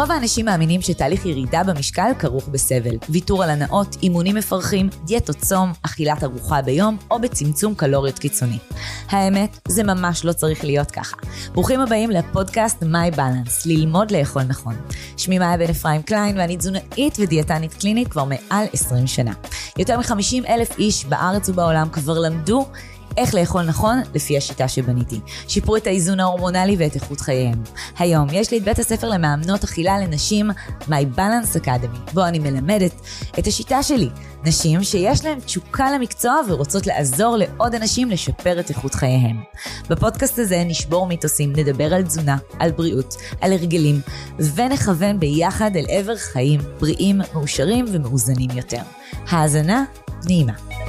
רוב האנשים מאמינים שתהליך ירידה במשקל כרוך בסבל, ויתור על הנאות, אימונים מפרכים, דיאטות צום, אכילת ארוחה ביום או בצמצום קלוריות קיצוני. האמת, זה ממש לא צריך להיות ככה. ברוכים הבאים לפודקאסט My Balance, ללמוד לאכול נכון. שמי מאיה בן אפרים קליין ואני תזונאית ודיאטנית קלינית כבר מעל 20 שנה. יותר מ-50,000 איש בארץ ובעולם כבר למדו איך לאכול נכון לפי השיטה שבניתי. שיפרו את האיזון ההורמונלי ואת איכות חייהם. היום יש לי את בית הספר למאמנות אכילה לנשים My Balance Academy, בו אני מלמדת את השיטה שלי. נשים שיש להן תשוקה למקצוע ורוצות לעזור לעוד אנשים לשפר את איכות חייהם. בפודקאסט הזה נשבור מיתוסים, נדבר על תזונה, על בריאות, על הרגלים, ונכוון ביחד אל עבר חיים בריאים, מאושרים ומאוזנים יותר. האזנה נעימה.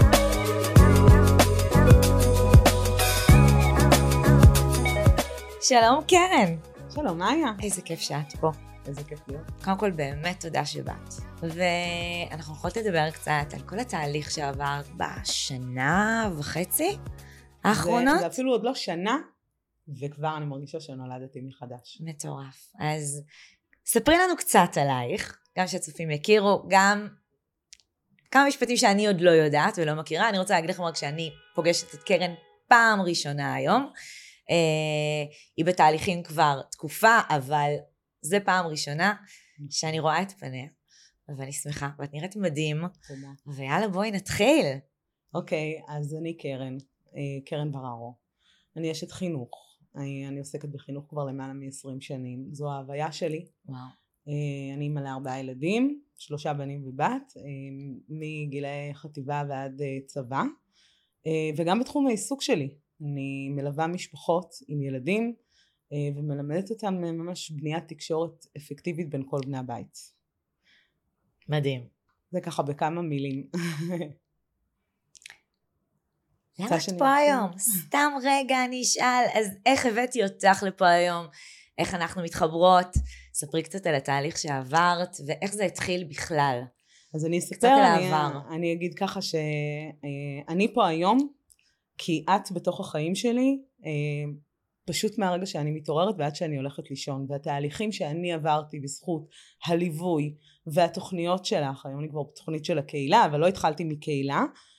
שלום קרן. שלום מאיה. איזה כיף שאת פה. איזה כיף להיות. קודם כל באמת תודה שבאת. ואנחנו יכולות לדבר קצת על כל התהליך שעברת בשנה וחצי האחרונות. זה אפילו עוד לא שנה, וכבר אני מרגישה שנולדתי מחדש. מטורף. אז ספרי לנו קצת עלייך, גם שהצופים יכירו, גם כמה משפטים שאני עוד לא יודעת ולא מכירה. אני רוצה להגיד לכם רק שאני פוגשת את קרן פעם ראשונה היום. היא בתהליכים כבר תקופה, אבל זה פעם ראשונה שאני רואה את פניה, ואני שמחה, ואת נראית מדהים. תודה. ויאללה בואי נתחיל. אוקיי, אז אני קרן בררו. אני אשת חינוך. אני עוסקת בחינוך כבר למעלה מ-20 שנים. זו ההוויה שלי. וואו. אני אימא ל4 ילדים, 3 בנים ובת, מגילי חטיבה ועד צבא, וגם בתחום העיסוק שלי. אני מלווה משפחות עם ילדים ומלמדת אותם ממש בניית תקשורת אפקטיבית בין כל בני הבית. מדהים. זה ככה בכמה מילים. למה את פה היום? סתם רגע אני אשאל, אז איך הבאתי אותך לפה היום? איך אנחנו מתחברות? ספרי קצת על התהליך שעברת ואיך זה התחיל בכלל. אז אני אספר, אני אגיד ככה שאני פה היום כי את בתוך החיים שלי, פשוט מהרגע שאני מתעוררת ועד שאני הולכת לישון, והתהליכים שאני עברתי בזכות הליווי והתוכניות שלך, היום אני כבר בתוכנית של הקהילה, אבל לא התחלתי מקהילה,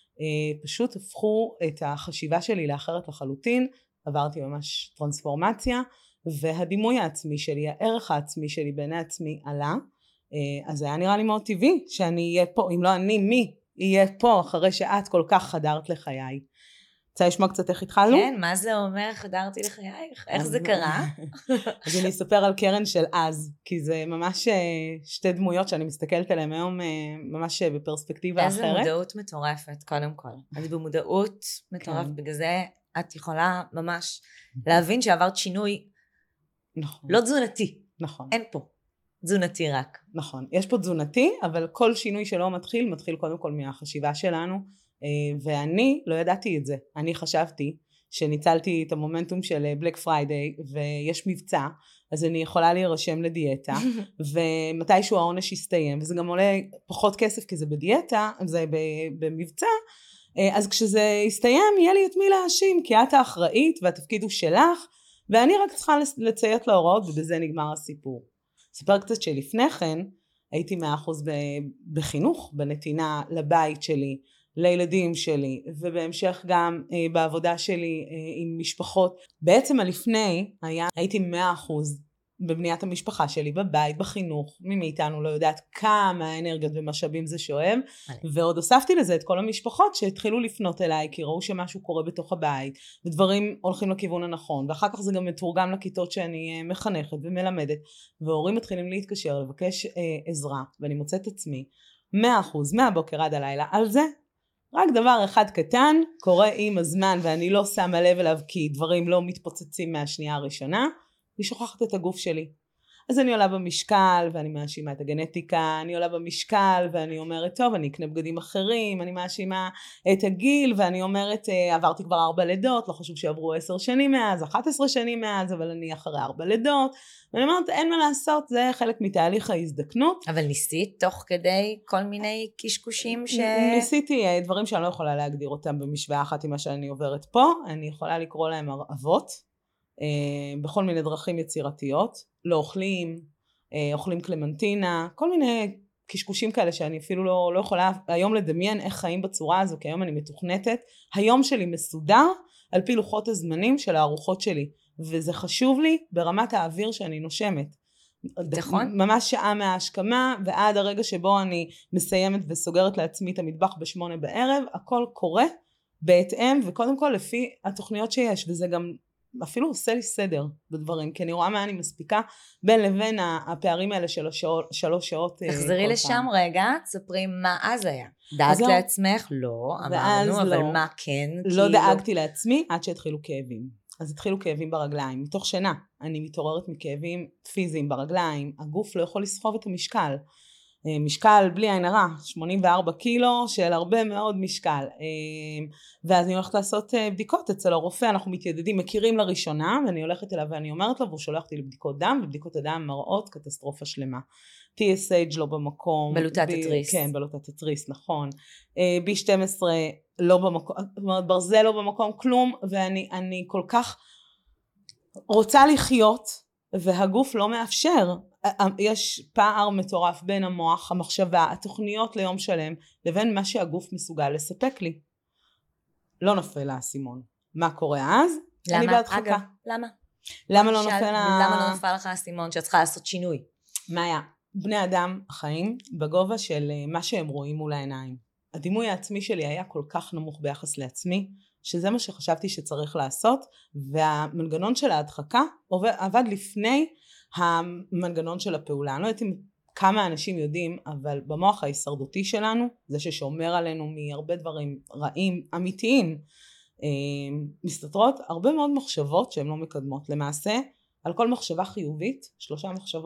פשוט הפכו את החשיבה שלי לאחרת לחלוטין, עברתי ממש טרנספורמציה, והדימוי העצמי שלי, הערך העצמי שלי בעיני עצמי עלה, אז היה נראה לי מאוד טבעי שאני אהיה פה, אם לא אני, מי יהיה פה אחרי שאת כל כך חדרת לחיי. רוצה לשמוע קצת איך התחלנו? כן, מה זה אומר חדרתי לחייך? איך זה קרה? אז אני אספר על קרן של אז, כי זה ממש שתי דמויות שאני מסתכלת עליהן היום ממש בפרספקטיבה אחרת. איזה מודעות מטורפת, קודם כל. אז במודעות מטורפת, בגלל זה את יכולה ממש להבין שעברת שינוי לא תזונתי. נכון. אין פה. תזונתי רק. נכון. יש פה תזונתי, אבל כל שינוי שלא מתחיל קודם כל מהחשיבה שלנו, ואני לא ידעתי את זה. אני חשבתי שניצלתי את המומנטום של בלק פריידיי ויש מבצע, אז אני יכולה להירשם לדיאטה ומתישהו העונש יסתיים, וזה גם עולה פחות כסף כי זה בדיאטה, זה במבצע, אז כשזה יסתיים יהיה לי את מי להאשים, כי את האחראית והתפקיד הוא שלך, ואני רק צריכה לציית להוראות, ובזה נגמר הסיפור. ספר קצת שלפני כן הייתי 100% בחינוך, בנתינה לבית שלי, לילדים שלי, ובהמשך גם בעבודה שלי עם משפחות. בעצם הלפני הייתי 100% בבניית המשפחה שלי, בבית, בחינוך, מי מאיתנו לא יודעת כמה אנרגיות ומשאבים זה שואב, ועוד הוספתי לזה את כל המשפחות שהתחילו לפנות אליי, כי ראו שמשהו קורה בתוך הבית, ודברים הולכים לכיוון הנכון, ואחר כך זה גם מתורגם לכיתות שאני מחנכת ומלמדת, והורים מתחילים להתקשר, לבקש עזרה, ואני מוצאת עצמי 100% מהבוקר עד הלילה על זה. רק דבר אחד קטן קורה עם הזמן ואני לא שמה לב אליו כי דברים לא מתפוצצים מהשנייה הראשונה, אני שוכחת את הגוף שלי. אז אני עולה במשקל ואני מאשימה את הגנטיקה, אני עולה במשקל ואני אומרת טוב אני אקנה בגדים אחרים, אני מאשימה את הגיל ואני אומרת עברתי כבר 4 לידות, לא חשוב שעברו 10 שנים מאז, 11 שנים מאז, אבל אני אחרי 4 לידות, ואני אומרת אין מה לעשות, זה חלק מתהליך ההזדקנות. אבל ניסית תוך כדי כל מיני קשקושים ניסיתי דברים שאני לא יכולה להגדיר אותם במשוואה אחת עם מה שאני עוברת פה, אני יכולה לקרוא להם הרעבות, בכל מיני דרכים יצירתיות, לא אוכלים, אוכלים קלמנטינה, כל מיני קשקושים כאלה שאני אפילו לא יכולה היום לדמיין איך חיים בצורה הזו, כי היום אני מתוכנתת, היום שלי מסודר על פי לוחות הזמנים של הארוחות שלי, וזה חשוב לי ברמת האוויר שאני נושמת. נכון. ממש שעה מההשכמה ועד הרגע שבו אני מסיימת וסוגרת לעצמי את המטבח ב8 בערב, הכל קורה בהתאם וקודם כל לפי התוכניות שיש, וזה גם אפילו עושה לי סדר בדברים, כי אני רואה מה אני מספיקה בין לבין הפערים האלה של 3 שעות. תחזרי לשם רגע, תספרי מה אז היה. דאגת לעצמך? לא, אמרנו, אבל מה כן? לא דאגתי לעצמי עד שהתחילו כאבים. אז התחילו כאבים ברגליים, מתוך שינה, אני מתעוררת מכאבים פיזיים ברגליים, הגוף לא יכול לסחוב את המשקל, משקל בלי עין הרע, 84 קילו של הרבה מאוד משקל, ואז אני הולכת לעשות בדיקות אצל הרופא, אנחנו מתיידדים, מכירים לראשונה, ואני הולכת אליו ואני אומרת לו, והוא שולח אותי לבדיקות דם, ובדיקות הדם מראות קטסטרופה שלמה, TSH לא במקום, בלוטת התריס. כן, בלוטת התריס, נכון, B12 לא במקום, זאת אומרת ברזל לא במקום, כלום, ואני כל כך רוצה לחיות, והגוף לא מאפשר, יש פער מטורף בין המוח, המחשבה, התוכניות ליום שלם, לבין מה שהגוף מסוגל לספק לי. לא נופל האסימון. מה קורה אז? למה? אני בהדחקה. אגב, למה? למה לא נופל לך האסימון שאת צריכה לעשות שינוי? מאיה, בני אדם חיים בגובה של מה שהם רואים מול העיניים. הדימוי העצמי שלי היה כל כך נמוך ביחס לעצמי, שזה מה שחשבתי שצריך לעשות, והמנגנון של ההדחקה עבד לפני המנגנון של הפעולה. אני לא יודעת אם כמה אנשים יודעים, אבל במוח ההישרדותי שלנו, זה ששומר עלינו מהרבה דברים רעים, אמיתיים, מסתתרות הרבה מאוד מחשבות שהן לא מקדמות. למעשה, על כל מחשבה חיובית, 3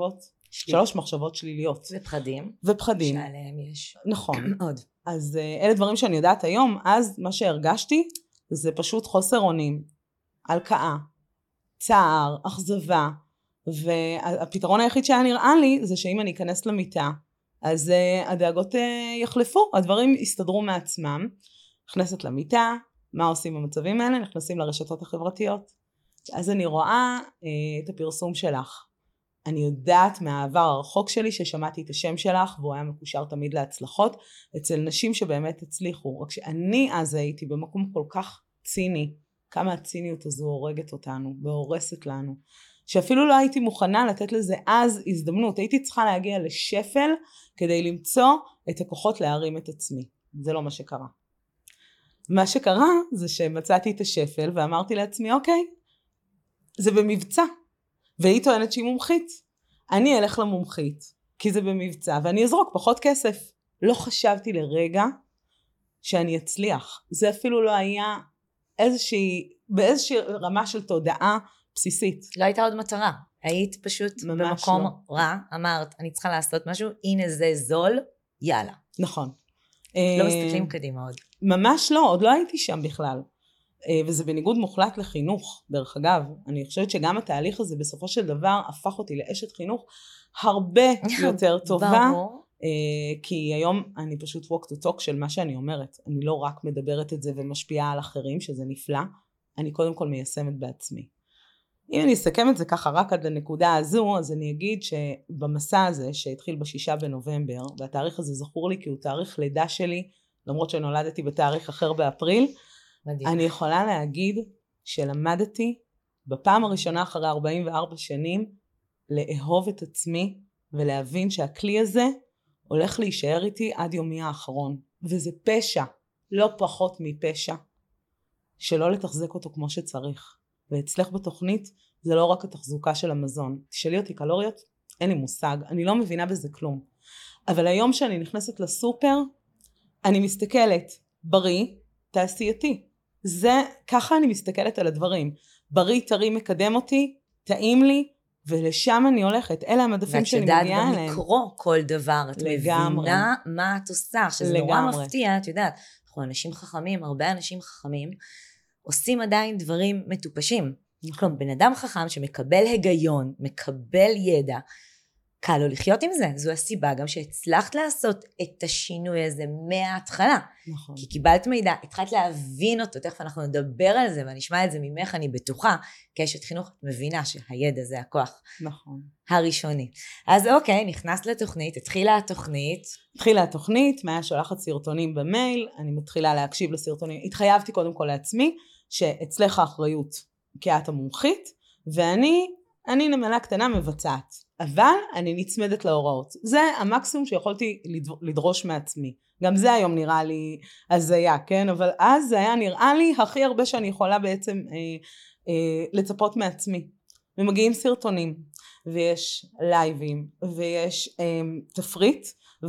מחשבות שליליות. ופחדים. שעליהם יש. נכון. עוד. אז אלה דברים שאני יודעת היום, אז מה שהרגשתי זה פשוט חוסר אונים, הלקאה, צער, אכזבה, והפתרון היחיד שהיה נראה לי זה שאם אני אכנס למיטה, אז הדאגות יחלפו, הדברים יסתדרו מעצמם. נכנסת למיטה, מה עושים במצבים האלה? נכנסים לרשתות החברתיות. אז אני רואה את הפרסום שלך. אני יודעת מהעבר הרחוק שלי ששמעתי את השם שלך, והוא היה מקושר תמיד להצלחות, אצל נשים שבאמת הצליחו. רק שאני אז הייתי במקום כל כך ציני, כמה הציניות הזו הורגת אותנו והורסת לנו, שאפילו לא הייתי מוכנה לתת לזה אז הזדמנות. הייתי צריכה להגיע לשפל כדי למצוא את הכוחות להרים את עצמי. זה לא מה שקרה. מה שקרה זה שמצאתי את השפל ואמרתי לעצמי, אוקיי, זה במבצע. והיא טוענת שהיא מומחית. אני אלך למומחית, כי זה במבצע, ואני אזרוק פחות כסף. לא חשבתי לרגע שאני אצליח. זה אפילו לא היה באיזושהי רמה של תודעה בסיסית. לא הייתה עוד מטרה. היית פשוט במקום לא. רע, אמרת, אני צריכה לעשות משהו, הנה זה זול, יאללה. נכון. לא מסתכלים קדימה עוד. ממש לא, עוד לא הייתי שם בכלל. וזה בניגוד מוחלט לחינוך, דרך אגב. אני חושבת שגם התהליך הזה בסופו של דבר הפך אותי לאשת חינוך הרבה יותר טובה. כי היום אני פשוט walk to talk של מה שאני אומרת. אני לא רק מדברת את זה ומשפיעה על אחרים, שזה נפלא. אני קודם כל מיישמת בעצמי. אם אני אסכם את זה ככה רק עד לנקודה הזו, אז אני אגיד שבמסע הזה שהתחיל ב6 בנובמבר, והתאריך הזה זכור לי כי הוא תאריך לידה שלי, למרות שנולדתי בתאריך אחר באפריל, מדהים. אני יכולה להגיד שלמדתי בפעם הראשונה אחרי 44 שנים לאהוב את עצמי ולהבין שהכלי הזה הולך להישאר איתי עד יומי האחרון. וזה פשע, לא פחות מפשע, שלא לתחזק אותו כמו שצריך. ואצלך בתוכנית זה לא רק התחזוקה של המזון. תשאלי אותי קלוריות, אין לי מושג, אני לא מבינה בזה כלום. אבל היום שאני נכנסת לסופר, אני מסתכלת בריא, תעשייתי. ככה אני מסתכלת על הדברים. בריא, טרי, מקדם אותי, טעים לי, ולשם אני הולכת. אלה המדפים שאני מגיעה אליהם. ואת יודעת גם לקרוא כל דבר. את מבינה מה את עושה, שזה נורא מפתיע, את יודעת. אנחנו אנשים חכמים, הרבה אנשים חכמים, עושים עדיין דברים מטופשים. כלומר, בן אדם חכם שמקבל היגיון, מקבל ידע, קל לו לחיות עם זה. זו הסיבה גם שהצלחת לעשות את השינוי הזה מההתחלה. נכון. כי קיבלת מידע, התחלת להבין אותו, תכף אנחנו נדבר על זה, ואני אשמע את זה ממך, אני בטוחה, כאשת חינוך, את מבינה שהידע זה הכוח. נכון. הראשוני. אז אוקיי, נכנסת לתוכנית, התחילה התוכנית, מאיה שולחת סרטונים במייל, אני מתחילה להקשיב לסרטונים, התחייבתי קודם כל לעצמי, שאצלך האחריות כאת המומחית, ואני נמלה קטנה מבצעת, אבל אני נצמדת להוראות. זה המקסימום שיכולתי לדרוש מעצמי. גם זה היום נראה לי הזיה, כן? אבל אז זה היה נראה לי הכי הרבה שאני יכולה בעצם לצפות מעצמי. ומגיעים סרטונים, ויש לייבים, ויש תפריט,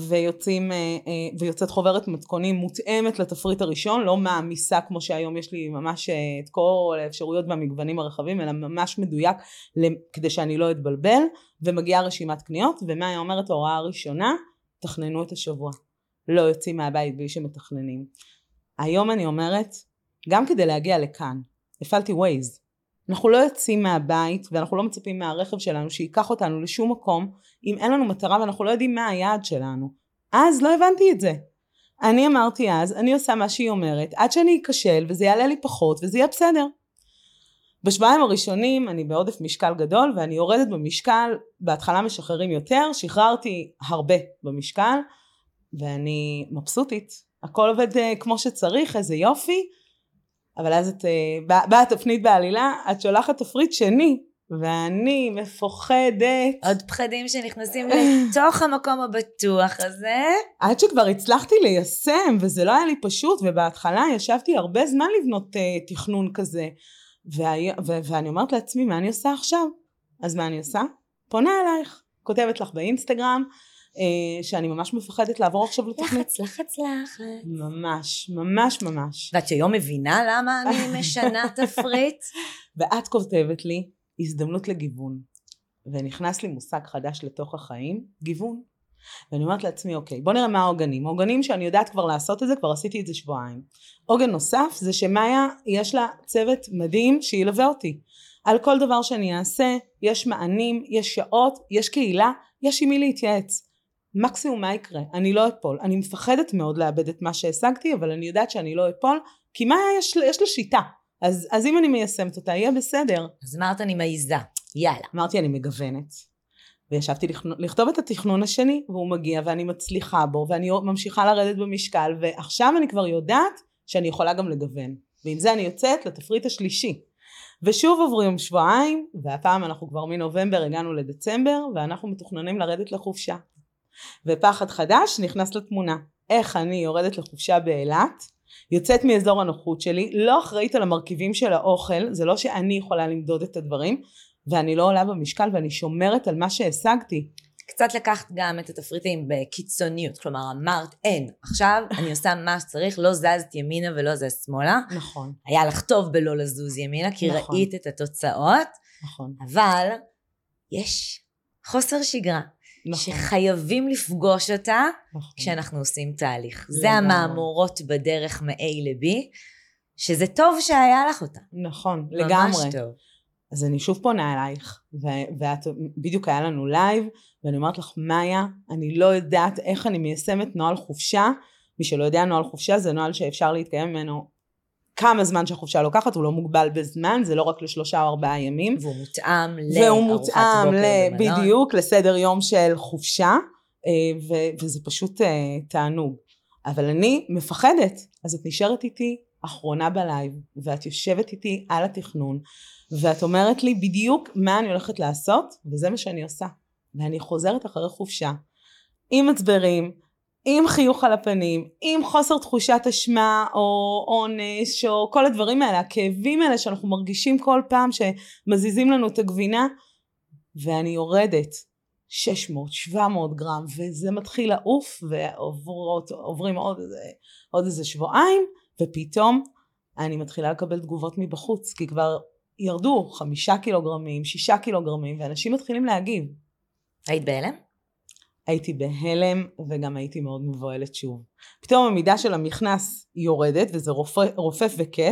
ויוצאת חוברת מתכונים מותאמת לתפריט הראשון, לא מעמיסה כמו שהיום יש לי ממש את כל האפשרויות והמגוונים הרחבים, אלא ממש מדויק כדי שאני לא אתבלבל, ומגיעה רשימת קניות, ומה היא אומרת ההוראה הראשונה? תכננו את השבוע. לא יוצאים מהבית בלי שמתכננים. היום אני אומרת, גם כדי להגיע לכאן, הפעלתי ווייז. אנחנו לא יוצאים מהבית, ואנחנו לא מצפים מהרכב שלנו שיקח אותנו לשום מקום, אם אין לנו מטרה ואנחנו לא יודעים מה היעד שלנו. אז לא הבנתי את זה. אני אמרתי אז, אני עושה מה שהיא אומרת, עד שאני אכשל וזה יעלה לי פחות וזה יהיה בסדר. בשבועיים הראשונים אני בעודף משקל גדול, ואני יורדת במשקל, בהתחלה משחררים יותר, שחררתי הרבה במשקל, ואני מבסוטית. הכל עובד כמו שצריך, איזה יופי. אבל אז באה תפנית בעלילה, את שולחת תפריט שני, ואני מפוחדת. עוד פחדים שנכנסים לתוך המקום הבטוח הזה. עד שכבר הצלחתי ליישם, וזה לא היה לי פשוט, ובהתחלה ישבתי הרבה זמן לבנות תכנון כזה, ואני אומרת לעצמי, מה אני עושה עכשיו? אז מה אני עושה? פונה אלייך, כותבת לך באינסטגרם, שאני ממש מפחדת לעבור עכשיו לתוכנית. לחץ. ממש. ואת שהיום מבינה למה אני משנה תפריט? ואת כותבת לי, הזדמנות לגיוון. ונכנס לי מושג חדש לתוך החיים, גיוון. ואני אומרת לעצמי, אוקיי, בוא נראה מה העוגנים. העוגנים שאני יודעת כבר לעשות את זה, כבר עשיתי את זה שבועיים. עוגן נוסף זה שמאיה, יש לה צוות מדהים שילווה אותי. על כל דבר שאני אעשה, יש מענים, יש שעות, יש קהילה, יש עם מי להתייעץ. מקסימום מה יקרה? אני לא אפול. אני מפחדת מאוד לאבד את מה שהשגתי, אבל אני יודעת שאני לא אפול, כי מאיה יש לה שיטה. אז אם אני מיישמת אותה, יהיה בסדר. אז אמרת אני מעיזה, יאללה. אמרתי אני מגוונת. וישבתי לכתוב את התכנון השני, והוא מגיע ואני מצליחה בו, ואני ממשיכה לרדת במשקל, ועכשיו אני כבר יודעת שאני יכולה גם לגוון. ועם זה אני יוצאת לתפריט השלישי. ושוב עוברים שבועיים, והפעם אנחנו כבר מנובמבר הגענו לדצמבר, ואנחנו מתוכננים לרדת לחופשה. ופחד חדש נכנס לתמונה. איך אני יורדת לחופשה באילת, יוצאת מאזור הנוחות שלי, לא אחראית על המרכיבים של האוכל, זה לא שאני יכולה למדוד את הדברים, ואני לא עולה במשקל ואני שומרת על מה שהשגתי. קצת לקחת גם את התפריטים בקיצוניות, כלומר אמרת אין, עכשיו אני עושה מה שצריך, לא זזת ימינה ולא זז שמאלה. נכון. היה לך טוב בלא לזוז ימינה, כי נכון. ראית את התוצאות. נכון. אבל יש חוסר שגרה. נכון. שחייבים לפגוש אותה נכון. כשאנחנו עושים תהליך. זה המאמורות בדרך מ-A ל-B, שזה טוב שהיה לך אותה. נכון, לגמרי. ממש טוב. אז אני שוב פונה אלייך, ואת בדיוק היה לנו לייב, ואני אומרת לך, מאיה, אני לא יודעת איך אני מיישמת נוהל חופשה. מי שלא יודע, נוהל חופשה זה נוהל שאפשר להתקיים ממנו כמה זמן שהחופשה לוקחת, הוא לא מוגבל בזמן, זה לא רק ל3 או 4 ימים. והוא מותאם לארוחת בוקר במלון. בדיוק, לסדר יום של חופשה, וזה פשוט תענוג. אבל אני מפחדת, אז את נשארת איתי אחרונה בלייב, ואת יושבת איתי על התכנון, ואת אומרת לי בדיוק מה אני הולכת לעשות, וזה מה שאני עושה. ואני חוזרת אחרי חופשה, עם מצברים, עם חיוך על הפנים, עם חוסר תחושת אשמה או עונש או כל הדברים האלה, הכאבים האלה שאנחנו מרגישים כל פעם שמזיזים לנו את הגבינה, ואני יורדת 600-700 גרם, וזה מתחיל לעוף, ועוברים עוד איזה שבועיים, ופתאום אני מתחילה לקבל תגובות מבחוץ, כי כבר ירדו 5 קילוגרמים, 6 קילוגרמים, ואנשים מתחילים להגיב. היית בהלם? הייתי בהלם וגם הייתי מאוד מבועלת שוב. פתאום המידה של המכנס יורדת וזה רופף וכיף,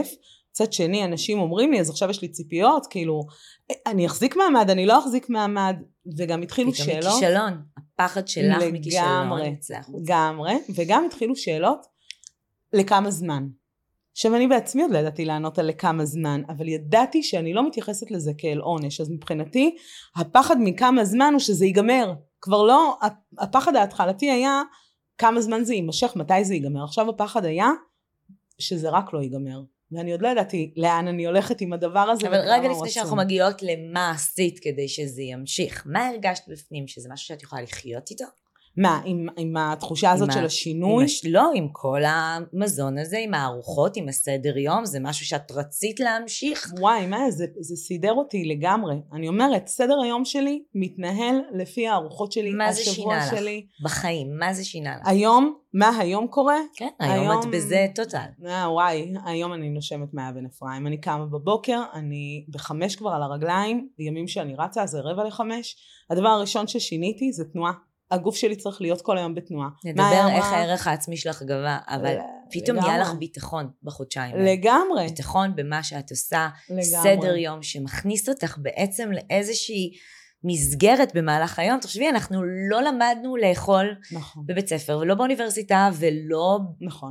מצד שני, אנשים אומרים לי, אז עכשיו יש לי ציפיות, כאילו, אני אחזיק מעמד, אני לא אחזיק מעמד, וגם התחילו שאלות. פתאום מכישלון, הפחד שלך מכישלון יצא החוצה. לגמרי, וגם התחילו שאלות לכמה זמן. עכשיו אני בעצמי עוד לא ידעתי לענות על לכמה זמן, אבל ידעתי שאני לא מתייחסת לזה כאל עונש, אז מבחינתי, הפחד מכמה זמן הוא שזה ייגמר. כבר לא, הפחד ההתחלתי היה כמה זמן זה יימשך, מתי זה ייגמר. עכשיו הפחד היה שזה רק לא ייגמר. ואני עוד לא ידעתי לאן אני הולכת עם הדבר הזה. אבל רגע לפני שאנחנו מגיעות למה עשית כדי שזה ימשיך, מה הרגשת בפנים? שזה משהו שאת יכולה לחיות איתו? מה, עם התחושה הזאת של השינוי? לא, עם כל המזון הזה, עם הארוחות, עם הסדר יום, זה משהו שאת רצית להמשיך? וואי, מה, זה סידר אותי לגמרי. אני אומרת, סדר היום שלי מתנהל לפי הארוחות שלי, מה זה שינה לך? בחיים, מה זה שינה לך? היום, מה היום קורה? כן, היום את בזה טוטל. וואי, היום אני נושמת מאבן אפרים. אני קמה בבוקר, אני ב5 כבר על הרגליים, ימים שאני רצה, זה 4:45. הדבר הראשון ששיניתי זה תנועה. הגוף שלי צריך להיות כל היום בתנועה. נדבר איך הערך העצמי שלך גבה, אבל פתאום נהיה לך ביטחון בחודשיים. לגמרי. ביטחון במה שאת עושה, סדר יום שמכניס אותך בעצם לאיזושהי מסגרת במהלך היום. תחשבי, אנחנו לא למדנו לאכול בבית ספר, ולא באוניברסיטה, ולא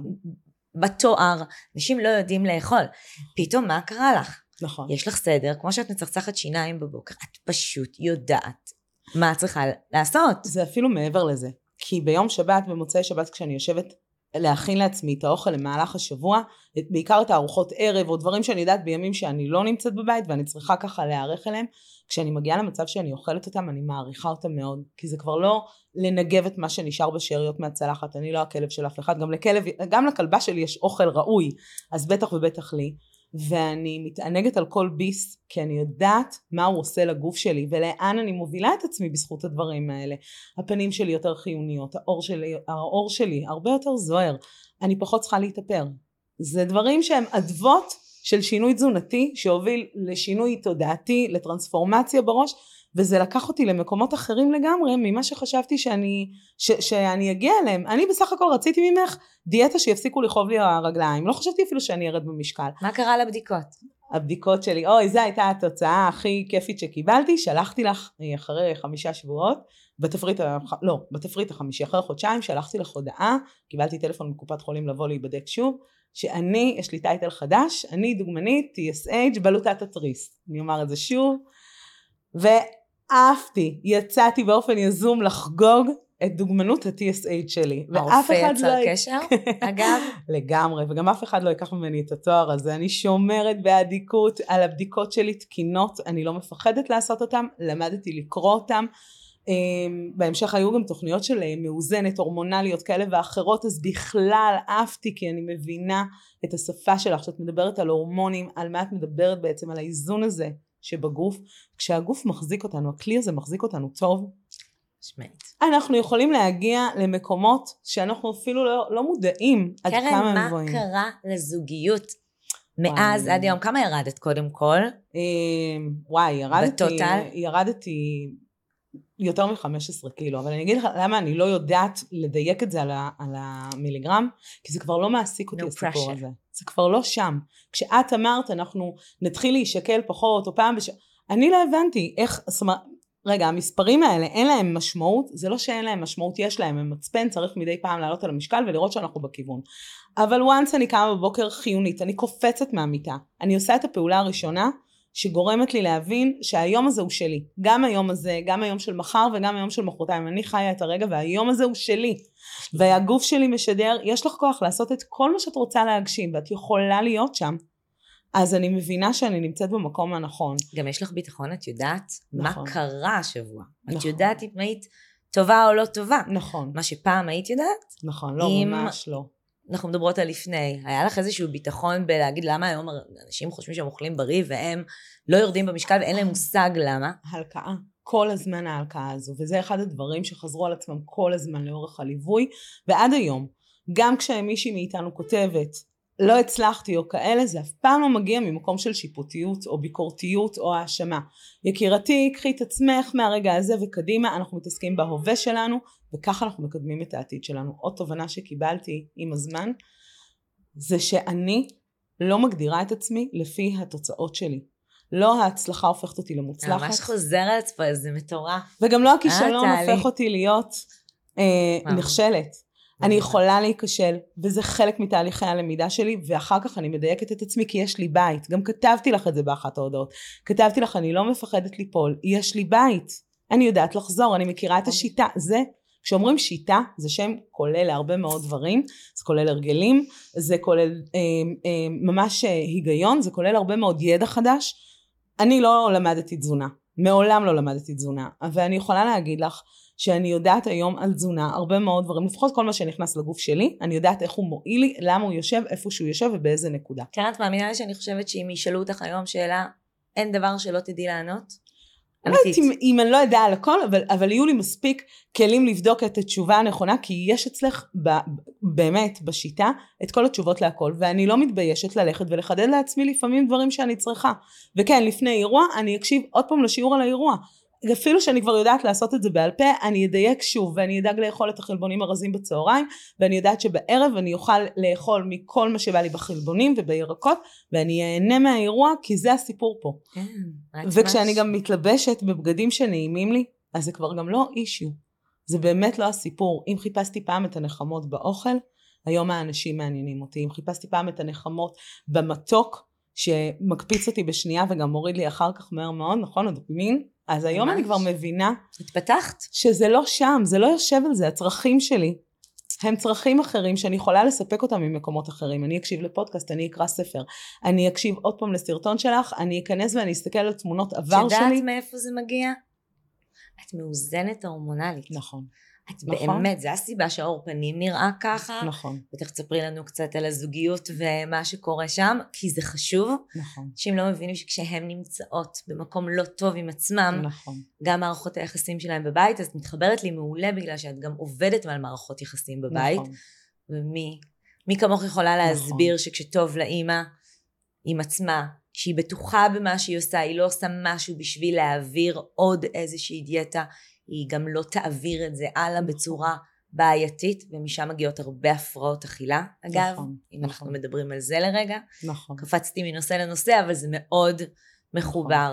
בתואר. אנשים לא יודעים לאכול. פתאום מה קרה לך? יש לך סדר, כמו שאת מצחצחת שיניים בבוקר, את פשוט יודעת מה צריכה לעשות. זה אפילו מעבר לזה. כי ביום שבת, במוצאי שבת, כשאני יושבת להכין לעצמי את האוכל למהלך השבוע, בעיקר את הארוחות ערב, או דברים שאני יודעת בימים שאני לא נמצאת בבית, ואני צריכה ככה להיערך אליהם, כשאני מגיעה למצב שאני אוכלת אותם, אני מעריכה אותם מאוד. כי זה כבר לא לנגב את מה שנשאר בשאריות מהצלחת, אני לא הכלב של אף אחד, גם לכלבה שלי יש אוכל ראוי, אז בטח ובטח לי. ואני מתענגת על כל ביס, כי אני יודעת מה הוא עושה לגוף שלי, ולאן אני מובילה את עצמי בזכות הדברים האלה. הפנים שלי יותר חיוניות, האור שלי הרבה יותר זוהר, אני פחות צריכה להתאפר. זה דברים שהם אדוות של שינוי תזונתי, שהוביל לשינוי תודעתי, לטרנספורמציה בראש, וזה לקח אותי למקומות אחרים לגמרי, ממה שחשבתי שאני אגיע אליהם. אני בסך הכל רציתי ממך דיאטה שיפסיקו לכאוב לי הרגליים, לא חשבתי אפילו שאני ארד במשקל. מה קרה לבדיקות? הבדיקות שלי, זו הייתה התוצאה הכי כיפית שקיבלתי, שלחתי לך אחרי 5 שבועות, בתפריט החמישי, אחרי חודשיים, שלחתי לך הודעה, קיבלתי טלפון מקופת חולים לבוא להיבדק שוב, שאני, יש לי טייטל חדש, אני דוגמנית TSH בלוטת התריס. אני אומר את זה שוב, ואהבתי, יצאתי באופן יזום לחגוג את דוגמנות ה-TSH שלי. הרופא יצר קשר, אגב? לגמרי, וגם אף אחד לא ייקח ממני את התואר הזה. אני שומרת באדיקות על הבדיקות שלי תקינות, אני לא מפחדת לעשות אותם, למדתי לקרוא אותם. בהמשך היו גם תוכניות של מאוזנת, הורמונליות כאלה ואחרות, אז בכלל אהבתי, כי אני מבינה את השפה שלך, שאת מדברת על הורמונים, על מה את מדברת בעצם, על האיזון הזה שבגוף. כשהגוף מחזיק אותנו, הכלי הזה מחזיק אותנו טוב, אנחנו יכולים להגיע למקומות שאנחנו אפילו לא מודעים עד כמה הם גבוהים. קרן, מה קרה לזוגיות מאז עד היום? כמה ירדת קודם כל? ירדתי יותר מ-15 קילו, אבל אני אגיד לך למה אני לא יודעת לדייק את זה על המיליגרם, כי זה כבר לא מעסיק אותי הסיפור הזה. זה כבר לא שם. כשאת אמרת אנחנו נתחיל להישקל פחות או פעם אני לא הבנתי איך, זאת אומרת, רגע, המספרים האלה אין להם משמעות, זה לא שאין להם משמעות, יש להם, הם מצפן, צריך מדי פעם לעלות על המשקל ולראות שאנחנו בכיוון. אבל once אני קמה בבוקר חיונית, אני קופצת מהמיטה, אני עושה את הפעולה הראשונה, שגורמת לי להבין שהיום הזה הוא שלי. גם היום הזה, גם היום של מחר וגם היום של מחרתיים. אני חיה את הרגע והיום הזה הוא שלי. והגוף שלי משדר, יש לך כוח לעשות את כל מה שאת רוצה להגשים, ואת יכולה להיות שם. אז אני מבינה שאני נמצאת במקום הנכון. גם יש לך ביטחון, את יודעת מה קרה השבוע. את יודעת אם היית טובה או לא טובה. נכון. מה שפעם היית יודעת. נכון, לא, ממש לא. אנחנו מדברות על לפני, היה לך איזשהו ביטחון בלהגיד למה היום אנשים חושבים שהם אוכלים בריא והם לא יורדים במשקל ואין להם מושג למה? הלקאה, כל הזמן ההלקאה הזו, וזה אחד הדברים שחזרו על עצמם כל הזמן לאורך הליווי, ועד היום, גם כשמישהי מאיתנו כותבת, לא הצלחתי או כאלה, זה אף פעם לא מגיע ממקום של שיפוטיות או ביקורתיות או האשמה. יקירתי, קחי את עצמך מהרגע הזה וקדימה, אנחנו מתעסקים בהווה שלנו, וככה אנחנו מקדמים את העתיד שלנו. עוד תובנה שקיבלתי עם הזמן, זה שאני לא מגדירה את עצמי לפי התוצאות שלי. לא ההצלחה הופכת אותי למוצלחת. ממש חוזרת פה, זה מטורף. וגם לא הכישלון הופך אותי להיות נכשלת. אני יכולה להיכשל, וזה חלק מתהליכי הלמידה שלי, ואחר כך אני מדייקת את עצמי, כי יש לי בית. גם כתבתי לך את זה באחת ההודעות. כתבתי לך, אני לא מפחדת ליפול, יש לי בית. אני יודעת לחזור, אני מכירה את השיטה. זה, כשאומרים שיטה, זה שם כולל להרבה מאוד דברים, זה כולל הרגלים, זה כולל ממש היגיון, זה כולל הרבה מאוד ידע חדש. אני לא למדתי תזונה, מעולם לא למדתי תזונה, אבל אני יכולה להגיד לך, שאני יודעת היום על תזונה, הרבה מאוד דברים, לפחות כל מה שנכנס לגוף שלי, אני יודעת איך הוא מועיל לי, למה הוא יושב, איפה שהוא יושב ובאיזה נקודה. כן, את מאמינה לי שאני חושבת שאם ישאלו אותך היום שאלה, אין דבר שלא תדעי לענות? אני לא יודעת אם אני לא יודע על הכל, אבל יהיו לי מספיק כלים לבדוק את התשובה הנכונה, כי יש אצלך באמת בשיטה את כל התשובות להכל, ואני לא מתביישת ללכת ולחדד לעצמי לפעמים דברים שאני צריכה. וכן, לפני אירוע, אני אקשיב עוד פעם לשיעור על האירוע. אפילו שאני כבר יודעת לעשות את זה בעל פה, אני אדייק שוב, ואני אדאג לאכול את החלבונים הרזים בצהריים, ואני יודעת שבערב אני אוכל לאכול מכל מה שבא לי בחלבונים ובירקות, ואני אהנה מהאירוע, כי זה הסיפור פה. וכשאני גם מתלבשת בבגדים שנעימים לי, אז זה כבר גם לא אישיו. זה באמת לא הסיפור. אם חיפשתי פעם את הנחמות באוכל, היום האנשים מעניינים אותי. אם חיפשתי פעם את הנחמות במתוק, שמקפיץ אותי בשנייה וגם מוריד לי אחר כך מהר מאוד, נכון? הדופמין. אז היום אני כבר מבינה התפתחת? שזה לא שם, זה לא יושב על זה, הצרכים שלי הם צרכים אחרים שאני יכולה לספק אותם ממקומות אחרים. אני אקשיב לפודקאסט, אני אקרא ספר, אני אקשיב עוד פעם לסרטון שלך, אני אכנס ואני אסתכל על תמונות עבר שלי. שדעת מאיפה זה מגיע? את מאוזנת הורמונלית. נכון. את באמת, זה הסיבה שהאור פנים נראה ככה. נכון. ותכף תספרי לנו קצת על הזוגיות ומה שקורה שם, כי זה חשוב. נכון. שהם לא מבינים שכשהם נמצאות במקום לא טוב עם עצמם, נכון. גם מערכות היחסים שלהם בבית, אז מתחברת לי מעולה בגלל שאת גם עובדת על מערכות יחסים בבית. נכון. ומי כמוך יכולה להסביר נכון. שכשטוב לאמא עם עצמה, שהיא בטוחה במה שהיא עושה, היא לא עושה משהו בשביל להעביר עוד איזושהי דיאטה, היא גם לא תעביר את זה הלאה בצורה בעייתית, ומשם מגיעות הרבה הפרעות אכילה, אגב, נכון, אם אנחנו מדברים על זה לרגע. נכון. קפצתי מנושא לנושא, אבל זה מאוד מחובר.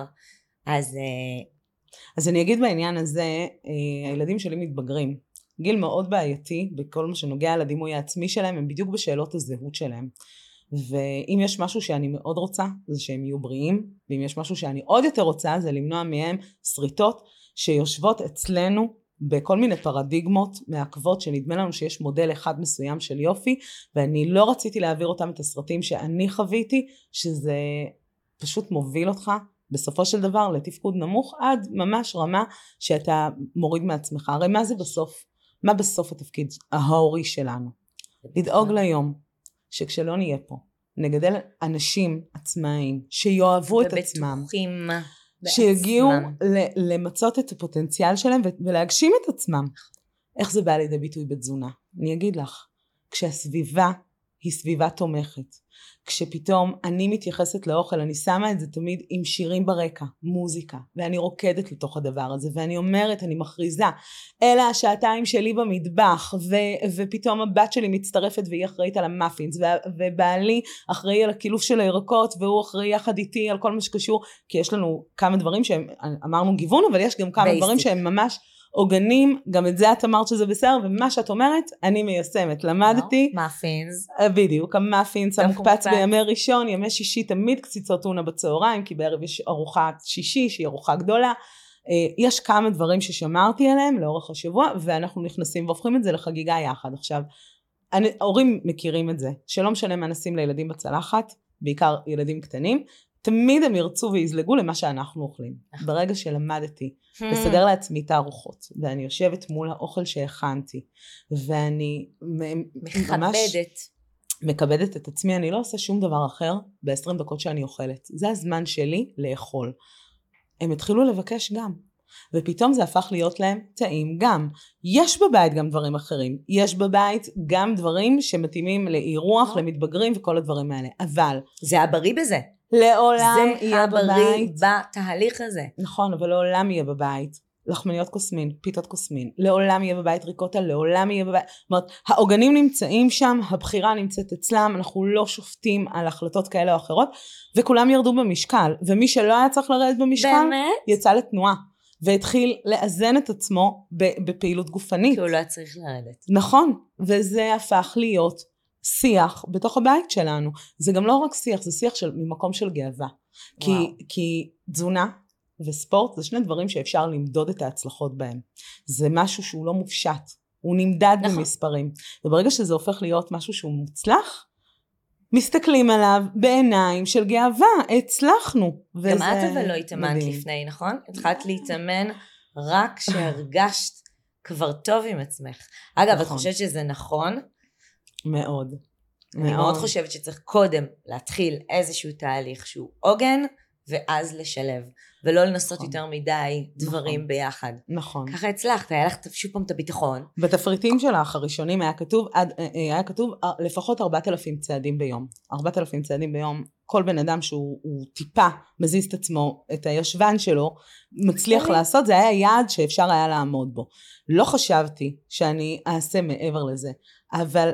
אז אני אגיד בעניין הזה, הילדים שלי מתבגרים. גיל מאוד בעייתי, בכל מה שנוגע לדימוי העצמי שלהם, הם בדיוק בשאלות הזהות שלהם. ואם יש משהו שאני מאוד רוצה, זה שהם יהיו בריאים, ואם יש משהו שאני עוד יותר רוצה, זה למנוע מהם שריטות, שיושבות אצלנו בכל מיני פרדיגמות מעכבות, שנדמה לנו שיש מודל אחד מסוים של יופי, ואני לא רציתי להעביר אותם את הסרטים שאני חוויתי, שזה פשוט מוביל אותך בסופו של דבר לתפקוד נמוך, עד ממש רמה שאתה מוריד מעצמך. הרי מה זה בסוף? מה בסוף התפקיד ההורי שלנו? לדאוג ליום שכשלא נהיה פה, נגדל אנשים עצמאיים שיואהבו את עצמם, ובטוחים שיגיעו למצות את הפוטנציאל שלהם ולהגשים את עצמם. איך זה בא לידי ביטוי בתזונה? אני אגיד לך, כשהסביבה היא סביבה תומכת, כשפתאום אני מתייחסת לאוכל, אני שמה את זה תמיד עם שירים ברקע, מוזיקה, ואני רוקדת לתוך הדבר הזה, ואני אומרת, אני מכריזה, אלה השעתיים שלי במטבח, ופתאום הבת שלי מצטרפת והיא אחראית על המאפינס, ובעלי אחראי על הקילוף של הירקות, והוא אחראי יחד איתי על כל מה שקשור, כי יש לנו כמה דברים שהם, אמרנו גיוון, אבל יש גם כמה דברים שהם ממש עוגנים, גם את זה את אמרת שזה בסדר, ומה שאת אומרת, אני מיישמת. למדתי. מאפינס. בדיוק, המאפינס, המקפץ בימי ראשון, ימי שישי, תמיד קציצות טונה בצהריים, כי בערב יש ארוחת שישי, שהיא ארוחה גדולה. יש כמה דברים ששמרתי עליהם לאורך השבוע, ואנחנו נכנסים והופכים את זה לחגיגה יחד. עכשיו, ההורים מכירים את זה, שלא משנה מה נשים לילדים בצלחת, בעיקר ילדים קטנים, תמיד הם ירצו ויזלגו למה שאנחנו אוכלים. ברגע שלמדתי לסדר לעצמי את הארוחות, ואני יושבת מול האוכל שהכנתי, ואני מכבדת את עצמי, אני לא עושה שום דבר אחר ב-20 דקות שאני אוכלת. זה הזמן שלי לאכול. הם התחילו לבקש גם, ופתאום זה הפך להיות להם טעים גם. יש בבית גם דברים אחרים, יש בבית גם דברים שמתאימים לאירוח, למתבגרים וכל הדברים האלה, אבל זה הבריא בזה. לעולם זה יהיה הבריא בבית. בתהליך הזה. נכון, אבל לעולם יהיה בבית לחמניות קוסמין, פיתות קוסמין, לעולם יהיה בבית ריקוטה, לעולם יהיה בבית, זאת אומרת, העוגנים נמצאים שם, הבחירה נמצאת אצלם, אנחנו לא שופטים על החלטות כאלה או אחרות, וכולם ירדו במשקל, ומי שלא היה צריך לרדת במשקל, באמת? יצא לתנועה, והתחיל לאזן את עצמו בפעילות גופנית. כי הוא לא היה צריך לרדת. נכון, וזה הפך להיות שיח בתוך הבית שלנו, זה גם לא רק שיח, זה שיח ממקום של גאווה, כי תזונה, וספורט זה שני דברים שאפשר למדוד את ההצלחות בהם. זה משהו שהוא לא מופשט, הוא נמדד במספרים. וברגע שזה הופך להיות משהו שהוא מוצלח, מסתכלים עליו בעיניים של גאווה, הצלחנו. גם את אבל לא התאמנת לפני, נכון? התחלת להתאמן רק שהרגשת כבר טוב עם עצמך. אגב, את חושבת שזה נכון? מאוד. אני מאוד חושבת שצריך קודם להתחיל איזשהו תהליך שהוא עוגן, ואז לשלב, ולא לנסות יותר מדי דברים ביחד. נכון. ככה הצלחת, היה לך שוב פעם את הביטחון. בתפריטים שלך הראשונים היה כתוב לפחות 4,000 צעדים ביום. 4,000 צעדים ביום, כל בן אדם שהוא טיפה מזיז את עצמו, את הישבן שלו, מצליח לעשות, זה היה יעד שאפשר היה לעמוד בו. לא חשבתי שאני אעשה מעבר לזה, אבל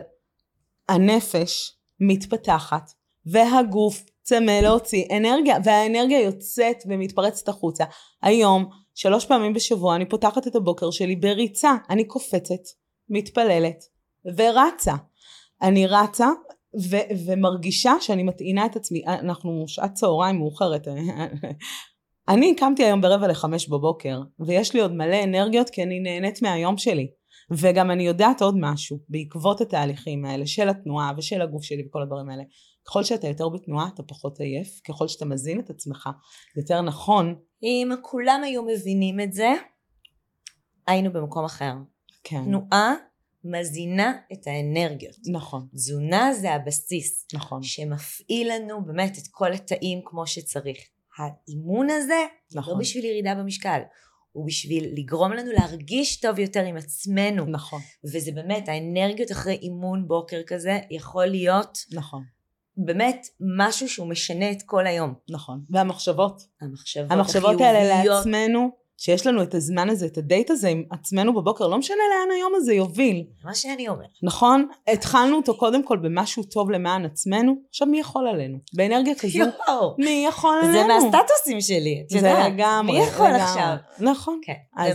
הנפש מתפתחת, והגוף צמא להוציא אנרגיה, והאנרגיה יוצאת ומתפרצת החוצה. היום, 3 פעמים בשבוע, אני פותחת את הבוקר שלי בריצה, אני קופצת, מתפללת ורצה. אני רצה ומרגישה שאני מטעינה את עצמי, אנחנו שעת צהריים מאוחרת, אני קמתי היום 4:45 בבוקר, ויש לי עוד מלא אנרגיות כי אני נהנית מהיום שלי. וגם אני יודעת עוד משהו, בעקבות התהליכים האלה של התנועה ושל הגוף שלי וכל הדברים האלה, ככל שאתה יותר בתנועה אתה פחות עייף, ככל שאתה מזין את עצמך, יותר נכון. אם כולם היו מבינים את זה, היינו במקום אחר. כן. תנועה מזינה את האנרגיות. נכון. תזונה זה הבסיס. נכון. שמפעיל לנו באמת את כל התאים כמו שצריך. האימון הזה, נכון. לא בשביל ירידה במשקל, הוא בשביל לגרום לנו להרגיש טוב יותר עם עצמנו. נכון. וזה באמת, האנרגיות אחרי אימון בוקר כזה, יכול להיות נכון. באמת משהו שהוא משנה את כל היום. נכון. והמחשבות. המחשבות האלה לעצמנו, שיש לנו את הזמן הזה, את הדייט הזה עם עצמנו בבוקר, לא משנה לאן היום הזה יוביל. מה שאני אומר. נכון? התחלנו אותו קודם כל במשהו טוב למען עצמנו, עכשיו מי יכול עלינו? באנרגיה כזו, מי יכול עלינו? זה מהסטטוסים שלי, את יודעת. זה לגמרי. מי יכול עכשיו? נכון. כן.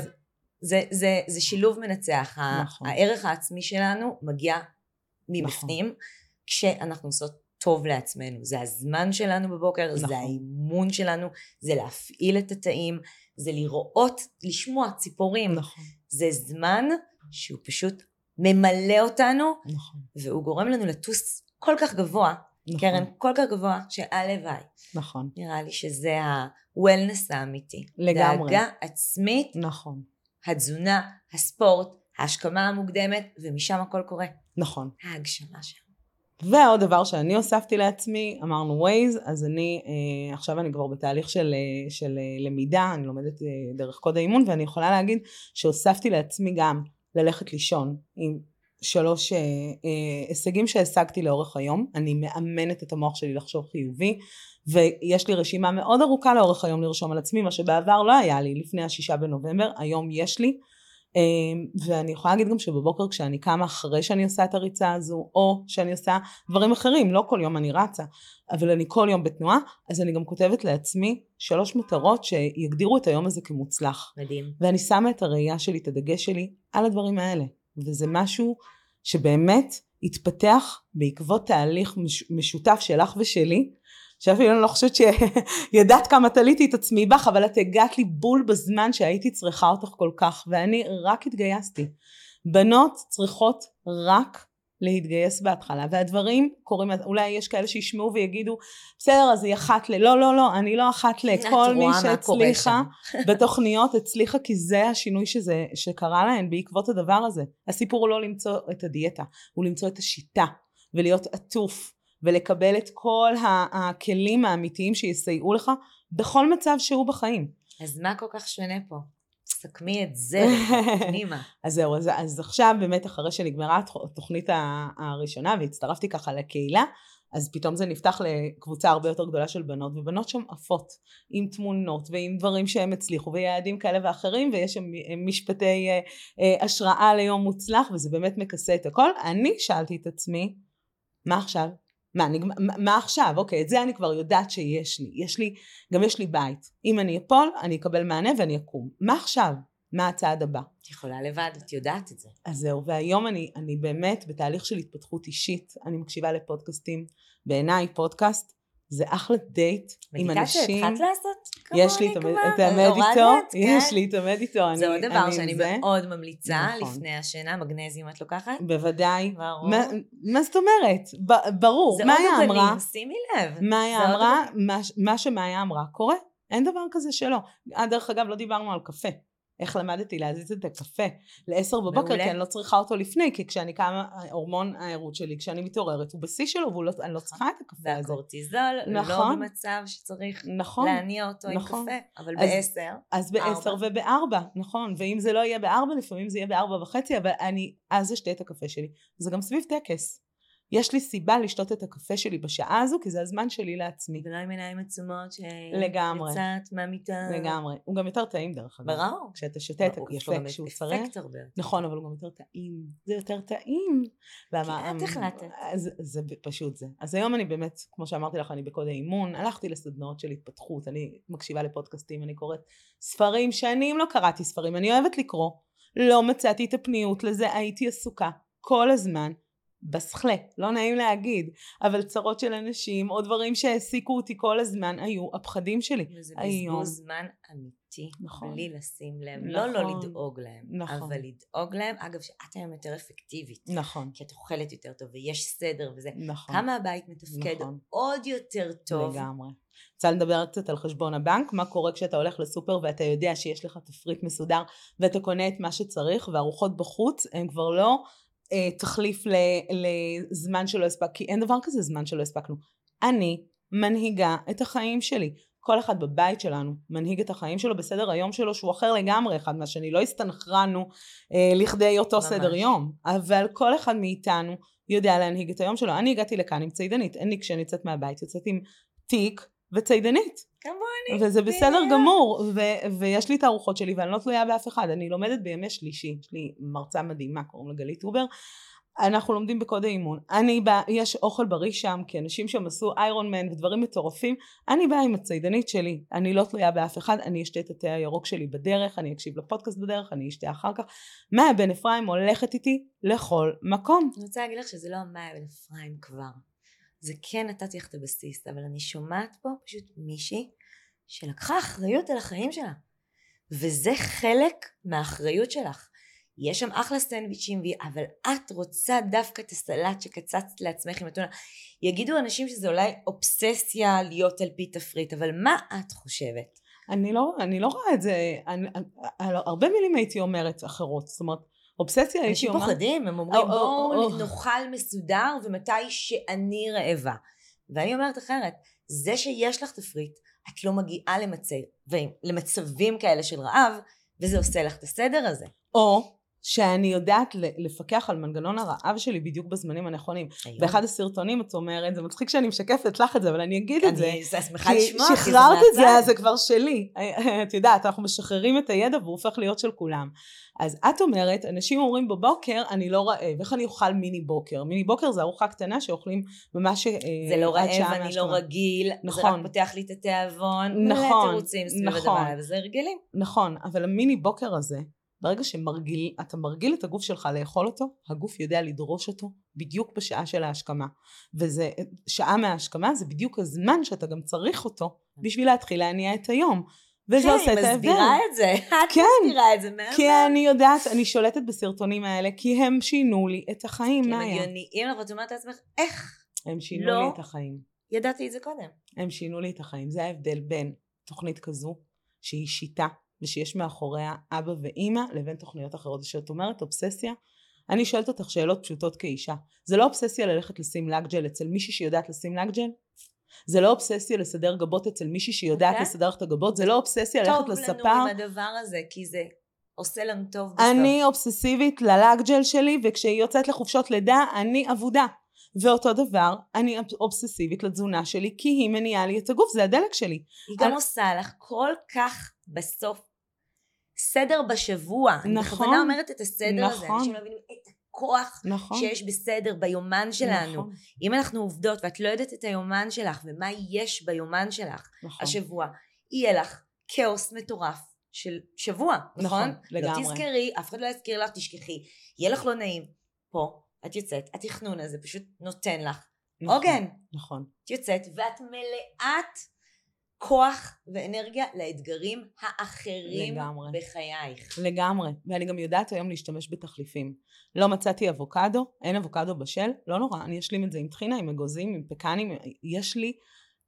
זה שילוב מנצח. הערך העצמי שלנו מגיע מבפנים, כשאנחנו עושות טוב לעצמנו. זה הזמן שלנו בבוקר, זה האימון שלנו, זה להפעיל את התאים, זה לראות, לשמוע ציפורים. נכון. זה זמן שהוא פשוט ממלא אותנו, נכון. והוא גורם לנו לטוס כל כך גבוה, נכון. קרן כל כך גבוה, שהלוואי. נכון. נראה לי שזה ה-wellness האמיתי. לגמרי. דאגה עצמית, נכון. התזונה, הספורט, ההשכמה המוקדמת, ומשם הכל קורה. נכון. ההגשמה שם. ועוד דבר שאני הוספתי לעצמי, אמרנו ווייז, אז עכשיו אני כבר בתהליך של למידה, אני לומדת דרך קוד האימון, ואני יכולה להגיד שהוספתי לעצמי גם ללכת לישון עם 3 הישגים שהשגתי לאורך היום. אני מאמנת את המוח שלי לחשוב חיובי, ויש לי רשימה מאוד ארוכה לאורך היום לרשום על עצמי, מה שבעבר לא היה לי לפני 6 בנובמבר, היום יש לי. ואני יכולה להגיד גם שבבוקר כשאני קמה אחרי שאני עושה את הריצה הזו, או שאני עושה דברים אחרים, לא כל יום אני רצה, אבל אני כל יום בתנועה, אז אני גם כותבת לעצמי 3 מטרות שיגדירו את היום הזה כמוצלח. מדהים. ואני שמה את הראייה שלי, את הדגש שלי על הדברים האלה, וזה משהו שבאמת התפתח בעקבות תהליך משותף שלך ושלי, שאפילו אני לא חושבת שידעת כמה תליתי את עצמי בך, אבל את הגעת לי בול בזמן שהייתי צריכה אותך כל כך, ואני רק התגייסתי. בנות צריכות רק להתגייס בהתחלה, והדברים קורים, אולי יש כאלה שישמעו ויגידו, בסדר, אז היא אחת לא, אני לא אחת כל מי שהצליחה בתוכניות הצליחה, כי זה השינוי שקרה להן בעקבות הדבר הזה. הסיפור הוא לא למצוא את הדיאטה, הוא למצוא את השיטה, ולהיות עטוף, ולקבל את כל הכלים האמיתיים שיסייעו לך בכל מצב שהוא בחיים. אז מה כל כך שונה פה? סכמי את זה פנימה. אז זהו, אז עכשיו באמת אחרי שנגמרה התוכנית הראשונה והצטרפתי ככה לקהילה, אז פתאום זה נפתח לקבוצה הרבה יותר גדולה של בנות, ובנות שם עפות, עם תמונות ועם דברים שהם הצליחו, ויעדים כאלה ואחרים, ויש שם משפטי השראה ליום מוצלח, וזה באמת מכסה את הכל. אני שאלתי את עצמי, מה עכשיו? מה עכשיו? אוקיי, את זה אני כבר יודעת שיש לי. גם יש לי בית. אם אני אפול, אני אקבל מענה ואני אקום. מה עכשיו? מה הצעד הבא? את יכולה לבד, את יודעת את זה. אז זהו, והיום אני באמת בתהליך של התפתחות אישית, אני מקשיבה לפודקאסטים, בעיניי פודקאסט זה אחלה דייט עם אנשים. מדיטציה התחלת לעשות? יש לי את המדיטו, יש לי את המדיטו. זה עוד דבר שאני מאוד ממליצה לפני השינה, מגנזיום את לוקחת? בוודאי. מה זאת אומרת? ברור. זה עוד עוגנים, שימי לב. מה שמאיה אמרה קורה, אין דבר כזה שלא. דרך אגב, לא דיברנו על קפה. איך למדתי להזיז את הקפה ל10 בבוקר, כי אני לא צריכה אותו לפני, כי כשאני קמה, הורמון הערות שלי, כשאני מתעוררת, הוא בשיא שלו, ואני לא צריכה את הקפה הזה. והקורטיזול לא במצב שצריך להניע אותו עם קפה, אבל ב10. אז ב10 וב4, נכון, ואם זה לא יהיה ב4, לפעמים זה יהיה ב4:30, אבל אז אשתה את הקפה שלי. זה גם סביב טקס. יש לי סיבה לשתות את הקפה שלי בשעה הזו, כי זה הזמן שלי לעצמי. ולא עם עיניים עצומות לגמרי. שיצאת מהמיטה. לגמרי. הוא גם יותר טעים דרך אגב. ברור. כשאתה שותה את הקפה כשהוא צרף. נכון, אבל הוא גם יותר טעים. זה יותר טעים. כי את החלטת. זה פשוט זה. אז היום אני באמת, כמו שאמרתי לך, אני בקוד האימון, הלכתי לסדנאות של התפתחות, אני מקשיבה לפודקאסטים, אני קוראת ספרים, שנים לא קראתי ספרים, אני אוהבת לקרוא. לא מצאתי את הפניות לזה, הייתי עסוקה כל הזמן. בסכלה, לא נעים להגיד, אבל צרות של אנשים, או דברים שהעסיקו אותי כל הזמן, היו הפחדים שלי. וזה בזבוז זמן אמיתי, נכון. בלי לשים לב, נכון. לא לדאוג להם, נכון. אבל לדאוג להם, אגב שאת היום יותר אפקטיבית, נכון. כי את אוכלת יותר טוב, ויש סדר וזה, נכון. כמה הבית מתפקד נכון. עוד יותר טוב. לגמרי. רוצה לדבר קצת על חשבון הבנק, מה קורה כשאתה הולך לסופר ואתה יודע שיש לך תפריט מסודר, ואתה קונה את מה שצריך, והארוחות בחוץ הן כבר לא תחליף לזמן שלא הספק, כי אין דבר כזה זמן שלא הספקנו. אני מנהיגה את החיים שלי. כל אחד בבית שלנו מנהיג את החיים שלו בסדר היום שלו, שהוא אחר לגמרי אחד מהשני. לא הסתנכרנו לכדי אותו ממש. סדר יום, אבל כל אחד מאיתנו יודע להנהיג את היום שלו. אני הגעתי לכאן עם ציידנית, אני כשאני יוצאת מהבית יוצאת עם תיק וציידנית. כמוני. וזה בסדר גמור, ויש לי את הארוחות שלי, ואני לא תלויה באף אחד. אני לומדת בימי שלישי, יש לי מרצה מדהימה, קוראים לה גלית טובר, אנחנו לומדים בקוד האימון. יש אוכל בריא שם, כי אנשים שם עשו איירון מן ודברים מטורפים, אני באה עם הציידנית שלי, אני לא תלויה באף אחד, אני אשתה את התה הירוק שלי בדרך, אני אקשיב לפודקאסט בדרך, אני אשתה אחר כך. מאיה בן אפרים הולכת איתי לכל מקום. אני רוצה להגיד לך שזה לא מאיה בן אפרים כבר. זה כן נתתי לך את הבסיס, אבל אני שומעת פה פשוט מישהי שלקחה אחריות על החיים שלה. וזה חלק מהאחריות שלך. יש שם אחלה סנדוויצ'ים, אבל את רוצה דווקא את הסלט שקצצת לעצמך עם אתונה. יגידו אנשים שזה אולי אובססיה להיות על פי תפריט, אבל מה את חושבת? אני לא רואה את זה, הרבה מילים הייתי אומרת אחרות, זאת אומרת, אובססיה הייתי אומרת. אנשים פוחדים, הם אומרים בואו נאכל מסודר ומתי שאני רעבה. ואני אומרת אחרת, זה שיש לך תפריט, את לא מגיעה למצבים כאלה של רעב, וזה עושה לך את הסדר הזה. או שאני יודעת לפקח על מנגנון הרעב שלי בדיוק בזמנים הנכונים. באחד הסרטונים את אומרת, זה מצחיק שאני משקפת לך את זה, אבל אני אגיד את זה. אני שמחה לשמוע. כי שחררת את זה, אז זה כבר שלי. את יודעת, אנחנו משחררים את הידע והוא הופך להיות של כולם. אז את אומרת, אנשים אומרים בבוקר, אני לא רעב, איך אני אוכל מיני בוקר? מיני בוקר זה ארוחה קטנה שאוכלים ממש זה לא רעב, אני לא רגיל, נכון. זה רק פותח לי את התיאבון, נכון, תירוצים סביב הדבר, וזה הרגלים. נכון, אבל המיני בוקר הזה, ברגע שאתה מרגיל את הגוף שלך לאכול אותו, הגוף יודע לדרוש אותו בדיוק בשעה של ההשכמה. וזה, שעה מההשכמה זה בדיוק הזמן שאתה גם צריך אותו, בשביל להתחיל להניע את היום. וזה עושה את ההבדל. כן, היא מסבירה את זה. את מסבירה את זה. כי אני יודעת, אני שולטת בסרטונים האלה, כי הם שינו לי את החיים. כי הם הגיוניים, אבל את אומרת לעצמך, איך? הם שינו לי את החיים. ידעתי את זה קודם. הם שינו לי את החיים. זה ההבדל בין תוכנית כזו, שהיא שיטה, ושיש מאחוריה אבא ואימא, לבין תוכניות אחרות. שאת אומרת אובססיה, אני שואלת אותך שאלות פשוטות כאישה. זה לא אובססיה ללכת לשים לג'ל אצל מישהי שיודעת לשים לג'ל? זה לא אובססיה לסדר גבות אצל מישהי שיודעת לסדר את הגבות? זה לא אובססיה ללכת לספר? טוב לנו עם הדבר הזה, כי זה עושה לנו טוב בסוף. אני אובססיבית ללג'ל שלי, וכשהיא יוצאת לחופשות לידה, אני עבודה. ואותו דבר, אני אובססיבית לתזונה שלי, כי היא מניעה לי את הגוף, זה הדלק שלי. היא גם עושה לך כל כך בסוף סדר בשבוע. נכון. אני בכוונה אומרת את הסדר הזה, נכון. אנשים לא מבינים את הכוח נכון. שיש בסדר ביומן שלנו. נכון. אם אנחנו עובדות ואת לא יודעת את היומן שלך ומה יש ביומן שלך, נכון. השבוע, יהיה לך כאוס מטורף של שבוע, נכון? לגמרי. לא תזכרי, אף אחד לא יזכיר לך, תשכחי, יהיה לך לא נעים. פה את יוצאת, התכנון הזה פשוט נותן לך עוגן. נכון. את יוצאת ואת מלאת כוח ואנרגיה לאתגרים האחרים לגמרי. בחייך. לגמרי, ואני גם יודעת היום להשתמש בתחליפים. לא מצאתי אבוקדו, אין אבוקדו בשל, לא נורא, אני אשלים את זה עם טחינה, עם אגוזים, עם פקנים, יש לי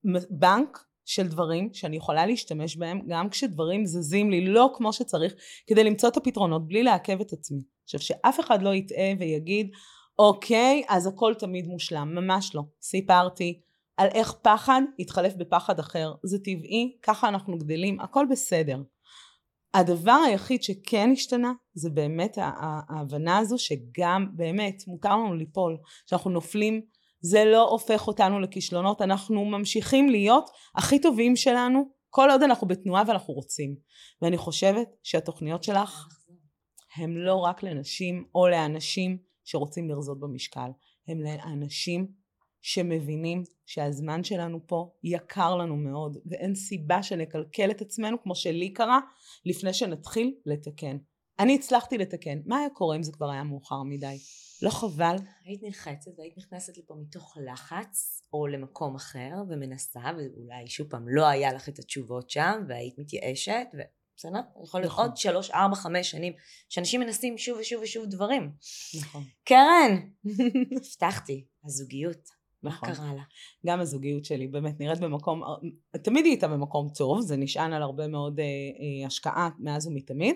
בנק של דברים שאני יכולה להשתמש בהם, גם כשדברים זזים לי לא כמו שצריך, כדי למצוא את הפתרונות בלי לעכב את עצמי. עכשיו שאף אחד לא יטעה ויגיד, אוקיי, אז הכל תמיד מושלם, ממש לא. סיפרתי על איך פחד יתחלף בפחד אחר, זה טבעי, ככה אנחנו גדלים, הכל בסדר. הדבר היחיד שכן השתנה, זה באמת ההבנה הזו שגם באמת מותר לנו ליפול, שאנחנו נופלים, זה לא הופך אותנו לכישלונות, אנחנו ממשיכים להיות הכי טובים שלנו, כל עוד אנחנו בתנועה ואנחנו רוצים. ואני חושבת שהתוכניות שלך, הם לא רק לנשים או לאנשים שרוצים לרזות במשקל, הם לאנשים שמבינים שהזמן שלנו פה יקר לנו מאוד, ואין סיבה שנקלקל את עצמנו כמו שלי קרה, לפני שנתחיל לתקן. אני הצלחתי לתקן, מה היה קורה אם זה כבר היה מאוחר מדי? לא חבל? היית נלחצת והיית נכנסת לפה מתוך לחץ, או למקום אחר, ומנסה, ואולי שוב פעם לא היה לך את התשובות שם, והיית מתייאשת, בסדר? יכול להיות עוד 3, 4, 5 שנים, שאנשים מנסים שוב ושוב ושוב דברים. נכון. קרן, הבטחתי, הזוגיות. נכון. מה קרה לה? גם הזוגיות שלי באמת נראית במקום, תמיד היא הייתה במקום טוב, זה נשען על הרבה מאוד השקעה מאז ומתמיד,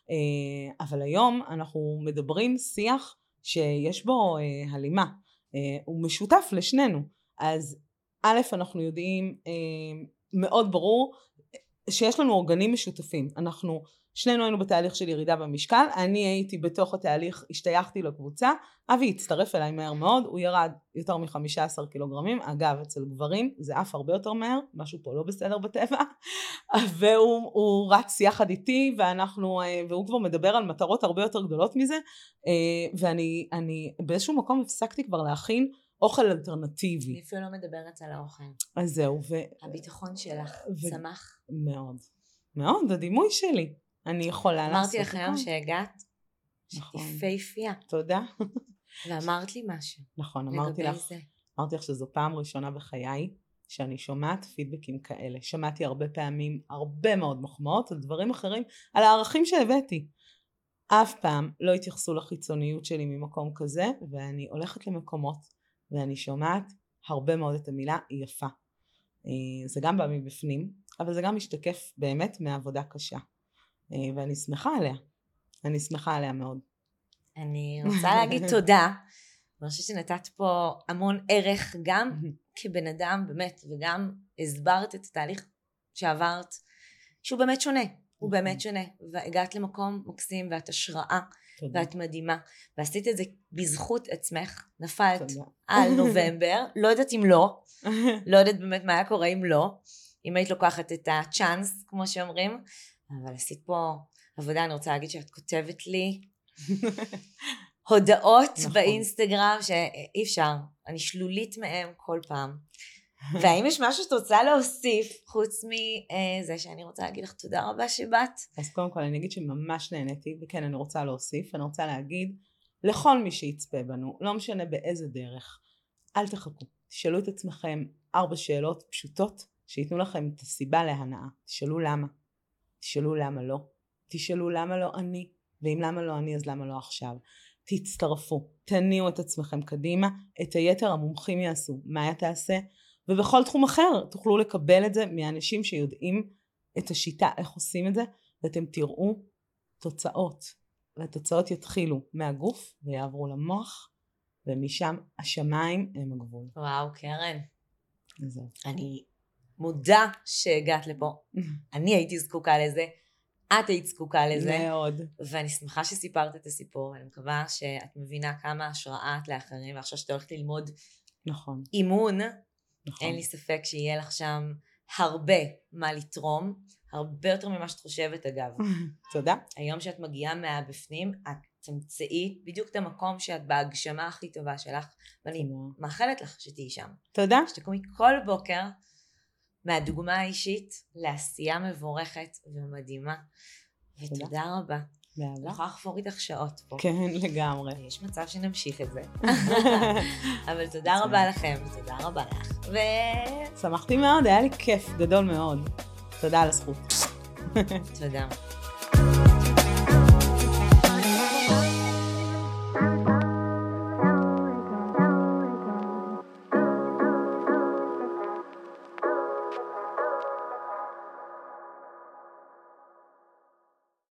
אבל היום אנחנו מדברים שיח שיש בו הלימה, הוא משותף לשנינו, אז א' אנחנו יודעים מאוד ברור שיש לנו אורגנים משותפים, אנחנו שנינו היינו בתהליך של ירידה במשקל, אני הייתי בתוך התהליך, השתייכתי לקבוצה, אבי הצטרף אליי מהר מאוד, הוא ירד יותר מ-15 קילוגרמים, אגב אצל גברים זה אף הרבה יותר מהר, משהו פה לא בסדר בטבע, והוא רץ יחד איתי, והוא כבר מדבר על מטרות הרבה יותר גדולות מזה, ואני באיזשהו מקום הפסקתי כבר להכין אוכל אלטרנטיבי. אני אפילו לא מדברת על האוכל. אז זהו. הביטחון שלך צמח. מאוד, מאוד, הדימוי שלי. אני יכולה לעשות. אמרתי לך היום שהגעת, שתפהפייה. תודה. ואמרת לי משהו. נכון, אמרתי לך שזו פעם ראשונה בחיי שאני שומעת פידבקים כאלה. שמעתי הרבה פעמים, הרבה מאוד מחמאות על דברים אחרים, על הערכים שהבאתי. אף פעם לא התייחסו לחיצוניות שלי ממקום כזה, ואני הולכת למקומות, ואני שומעת הרבה מאוד את המילה יפה. זה גם בא מבפנים, אבל זה גם משתקף באמת מעבודה קשה. ואני שמחה עליה. אני שמחה עליה מאוד. אני רוצה להגיד תודה. אני חושבת שנתת פה המון ערך, גם כבן אדם באמת, וגם הסברת את התהליך שעברת, שהוא באמת שונה. הוא באמת שונה. והגעת למקום מקסים, ואת השראה, ואת מדהימה. ועשית את זה בזכות עצמך. נפלת על נובמבר. לא יודעת אם לא. לא יודעת באמת מה היה קורה אם לא. אם היית לוקחת את הצ'אנס, כמו שאומרים. אבל עשית פה עבודה, אני רוצה להגיד שאת כותבת לי הודעות באינסטגרם שאי אפשר, אני שלולית מהם כל פעם. והאם יש משהו שאת רוצה להוסיף חוץ מזה שאני רוצה להגיד לך תודה רבה שבאת? אז קודם כל אני אגיד שממש נהניתי, וכן אני רוצה להוסיף, אני רוצה להגיד לכל מי שיצפה בנו, לא משנה באיזה דרך, אל תחכו, תשאלו את עצמכם 4 שאלות פשוטות שיתנו לכם את הסיבה להנאה. תשאלו למה. תשאלו למה לא, תשאלו למה לא אני, ואם למה לא אני אז למה לא עכשיו. תצטרפו, תניעו את עצמכם קדימה, את היתר המומחים יעשו, מאיה תעשה, ובכל תחום אחר תוכלו לקבל את זה מאנשים שיודעים את השיטה, איך עושים את זה, ואתם תראו תוצאות, והתוצאות יתחילו מהגוף ויעברו למוח, ומשם השמיים הם הגבול. וואו, קרן. זהו. אני מודה שהגעת לפה, אני הייתי זקוקה לזה, את היית זקוקה לזה. מאוד. ואני שמחה שסיפרת את הסיפור, ואני מקווה שאת מבינה כמה השראה את לאחרים, ועכשיו שאתה הולכת ללמוד נכון. אימון, נכון. אין לי ספק שיהיה לך שם הרבה מה לתרום, הרבה יותר ממה שאת חושבת אגב. תודה. היום שאת מגיעה מהבפנים, את תמצאי בדיוק את המקום שאת בהגשמה הכי טובה שלך, ואני מאחלת לך שתהיי שם. תודה. שתקומי כל בוקר מהדוגמה האישית לעשייה מבורכת ומדהימה. ותודה רבה. אני יכולה לחפור איתך שעות פה. כן, לגמרי. יש מצב שנמשיך את זה. אבל תודה רבה לכם, ותודה רבה לך. שמחתי מאוד, היה לי כיף גדול מאוד. תודה על הזכות. תודה.